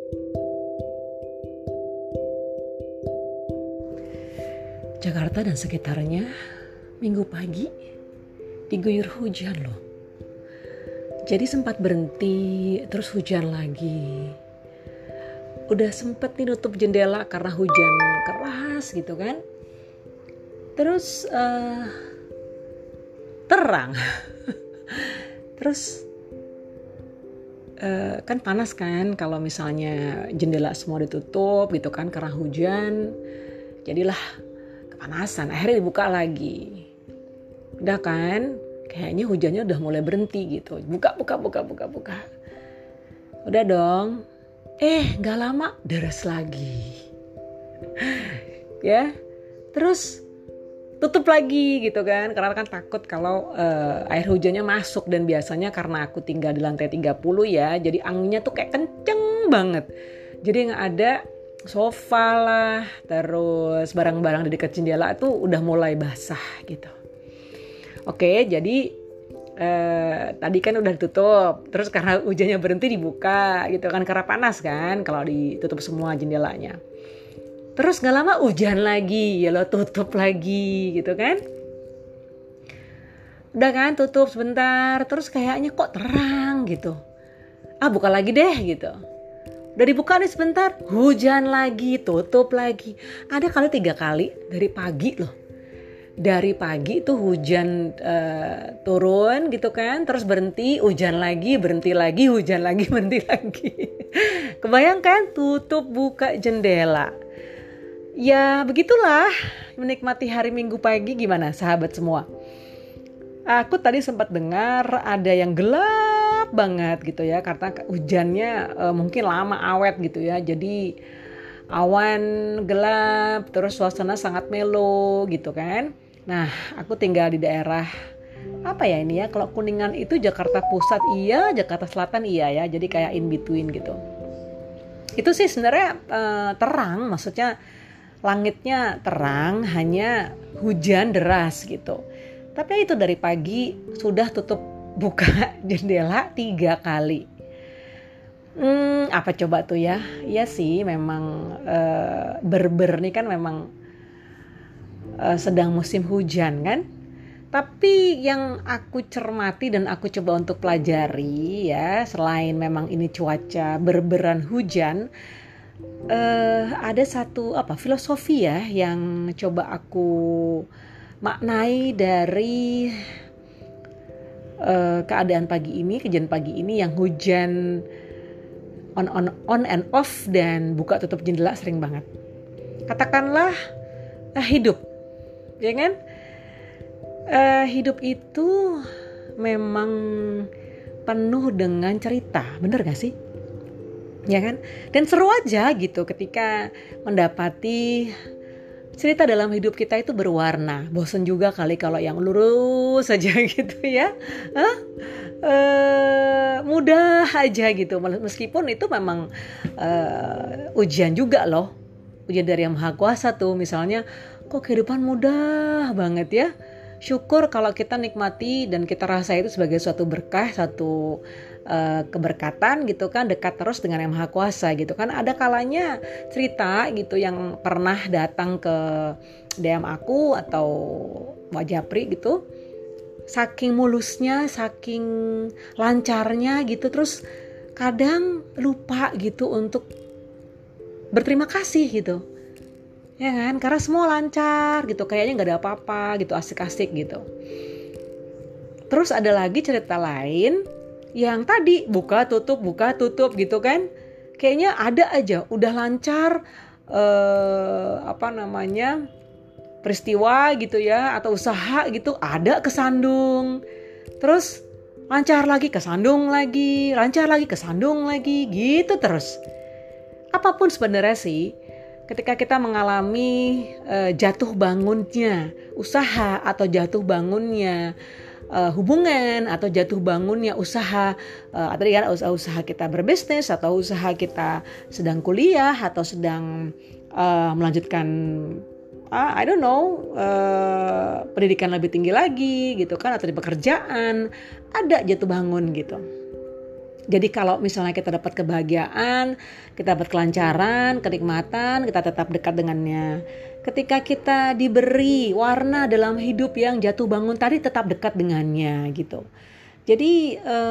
Jakarta dan sekitarnya minggu pagi diguyur hujan loh. Jadi sempat berhenti, terus hujan lagi. Udah sempet nih nutup jendela karena hujan keras gitu kan. Terus terang. Terus kan panas kan kalau misalnya jendela semua ditutup gitu kan karena hujan. Jadilah kepanasan, akhirnya dibuka lagi. Udah kan, kayaknya hujannya udah mulai berhenti gitu. Buka. Udah dong. Gak lama deres lagi. Ya, terus tutup lagi gitu kan. Karena kan takut kalau air hujannya masuk. Dan biasanya karena aku tinggal di lantai 30 ya, jadi anginnya tuh kayak kenceng banget. Jadi gak ada sofa lah, terus barang-barang di dekat jendela tuh udah mulai basah gitu. Oke, jadi tadi kan udah ditutup, terus karena hujannya berhenti dibuka gitu kan, karena panas kan kalau ditutup semua jendelanya. Terus gak lama hujan lagi, ya lo tutup lagi gitu kan. Udah kan tutup sebentar, terus kayaknya kok terang gitu. Buka lagi deh gitu. Udah dibuka nih sebentar, hujan lagi, tutup lagi. Ada kali 3 kali dari pagi loh. Dari pagi tuh hujan turun gitu kan, terus berhenti, hujan lagi, berhenti lagi, hujan lagi, berhenti lagi. Kebayang kan, tutup buka jendela. Ya begitulah menikmati hari Minggu pagi. Gimana sahabat semua? Aku tadi sempat dengar ada yang gelap banget gitu ya, karena hujannya mungkin lama awet gitu ya. Jadi awan gelap, terus suasana sangat melo gitu kan. Nah, aku tinggal di daerah apa ya ini ya? Kalau Kuningan itu Jakarta Pusat iya, Jakarta Selatan iya ya. Jadi kayak in between gitu. Itu sih sebenarnya terang, maksudnya langitnya terang, hanya hujan deras gitu. Tapi itu dari pagi sudah tutup buka jendela 3 kali. Apa coba tuh ya? Iya sih memang berber nih kan memang sedang musim hujan kan. Tapi yang aku cermati dan aku coba untuk pelajari ya, selain memang ini cuaca berberan hujan, ada satu filosofi ya yang coba aku maknai dari keadaan pagi ini, kejadian pagi ini yang hujan on and off dan buka tutup jendela sering banget. Katakanlah hidup, ya kan? Hidup itu memang penuh dengan cerita, bener gak sih? Ya kan? Dan seru aja gitu ketika mendapati cerita dalam hidup kita itu berwarna. Bosen juga kali kalau yang lurus saja gitu ya. Mudah aja gitu. Meskipun itu memang ujian juga loh. Ujian dari Yang Maha Kuasa tuh. Misalnya kok kehidupan mudah banget ya. Syukur kalau kita nikmati dan kita rasa itu sebagai suatu berkah, satu keberkatan gitu kan, dekat terus dengan Yang Maha Kuasa gitu kan. Ada kalanya cerita gitu yang pernah datang ke DM aku atau Mbak Japri gitu, saking mulusnya, saking lancarnya gitu, terus kadang lupa gitu untuk berterima kasih gitu. Ya kan, karena semua lancar gitu, kayaknya gak ada apa-apa gitu, asik-asik gitu. Terus ada lagi cerita lain yang tadi buka tutup gitu kan, kayaknya ada aja udah lancar peristiwa gitu ya, atau usaha gitu, ada kesandung, terus lancar lagi kesandung lagi, lancar lagi kesandung lagi gitu terus. Apapun sebenarnya sih, ketika kita mengalami jatuh bangunnya usaha atau jatuh bangunnya hubungan atau jatuh bangunnya usaha, atau usaha kita berbisnis atau usaha kita sedang kuliah atau sedang melanjutkan pendidikan lebih tinggi lagi gitu kan, atau di pekerjaan ada jatuh bangun gitu. Jadi kalau misalnya kita dapat kebahagiaan, kita dapat kelancaran, kenikmatan, kita tetap dekat dengannya. Ketika kita diberi warna dalam hidup yang jatuh bangun tadi, tetap dekat dengannya gitu. Jadi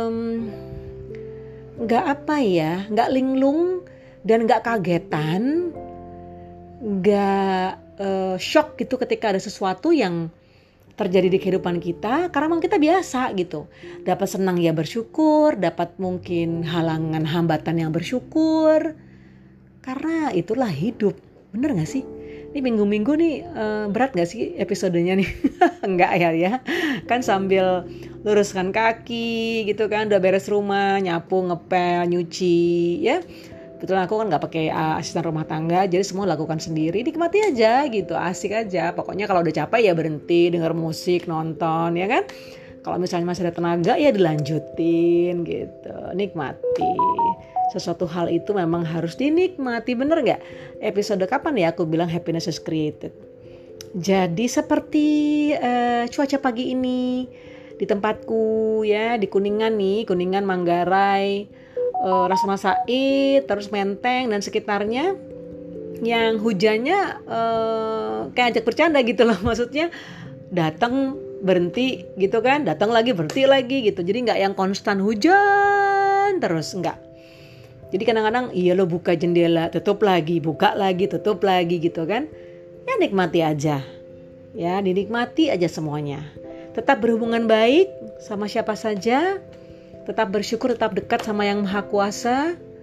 nggak linglung dan nggak kagetan, nggak shock gitu ketika ada sesuatu yang terjadi di kehidupan kita, karena memang kita biasa gitu. Dapat senang ya bersyukur, dapat mungkin halangan hambatan yang bersyukur, karena itulah hidup. Bener gak sih? Ini minggu-minggu nih berat gak sih episodenya nih? Enggak ya. Kan sambil luruskan kaki gitu kan, udah beres rumah, nyapu, ngepel, nyuci ya. Kebetulan aku kan gak pakai asisten rumah tangga, jadi semua lakukan sendiri, nikmati aja gitu, asik aja. Pokoknya kalau udah capek ya berhenti, denger musik, nonton ya kan. Kalau misalnya masih ada tenaga ya dilanjutin gitu, nikmati. Sesuatu hal itu memang harus dinikmati, bener gak? Episode kapan ya aku bilang happiness is created. Jadi seperti cuaca pagi ini di tempatku ya, di Kuningan nih, Kuningan, Manggarai, Rasuna Said, terus Menteng dan sekitarnya, yang hujannya kayak ajak bercanda gitu loh. Maksudnya datang berhenti gitu kan, datang lagi berhenti lagi gitu. Jadi nggak yang konstan hujan terus, nggak. Jadi kadang-kadang iya lo buka jendela, tutup lagi, buka lagi, tutup lagi gitu kan. Ya nikmati aja, ya dinikmati aja semuanya. Tetap berhubungan baik sama siapa saja. Tetap bersyukur, tetap dekat sama Yang Maha Kuasa.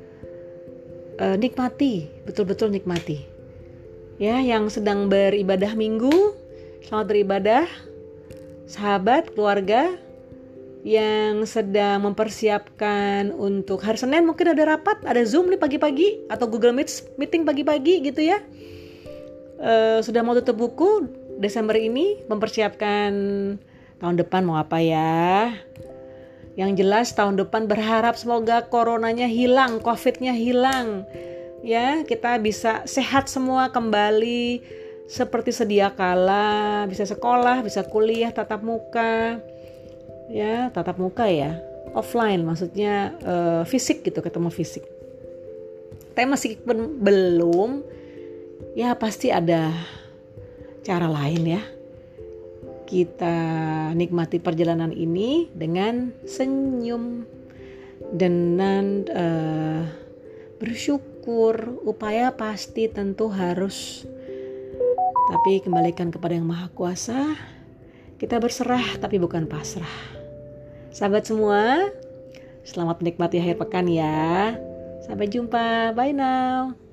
Nikmati, betul-betul nikmati. Ya, yang sedang beribadah minggu, selamat beribadah. Sahabat, keluarga yang sedang mempersiapkan untuk hari Senin, mungkin ada rapat, ada Zoom nih pagi-pagi, atau Google Meeting pagi-pagi gitu ya. Sudah mau tutup buku Desember ini, mempersiapkan tahun depan mau apa ya. Yang jelas tahun depan berharap semoga coronanya hilang, covidnya hilang. Ya, kita bisa sehat semua kembali seperti sedia kala, bisa sekolah, bisa kuliah tatap muka. Ya, tatap muka ya, offline maksudnya fisik gitu, ketemu fisik. Tapi masih belum, ya pasti ada cara lain ya. Kita nikmati perjalanan ini dengan senyum, dengan bersyukur. Upaya pasti tentu harus, tapi kembalikan kepada Yang Maha Kuasa. Kita berserah tapi bukan pasrah. Sahabat semua, selamat menikmati akhir pekan ya. Sampai jumpa, bye now.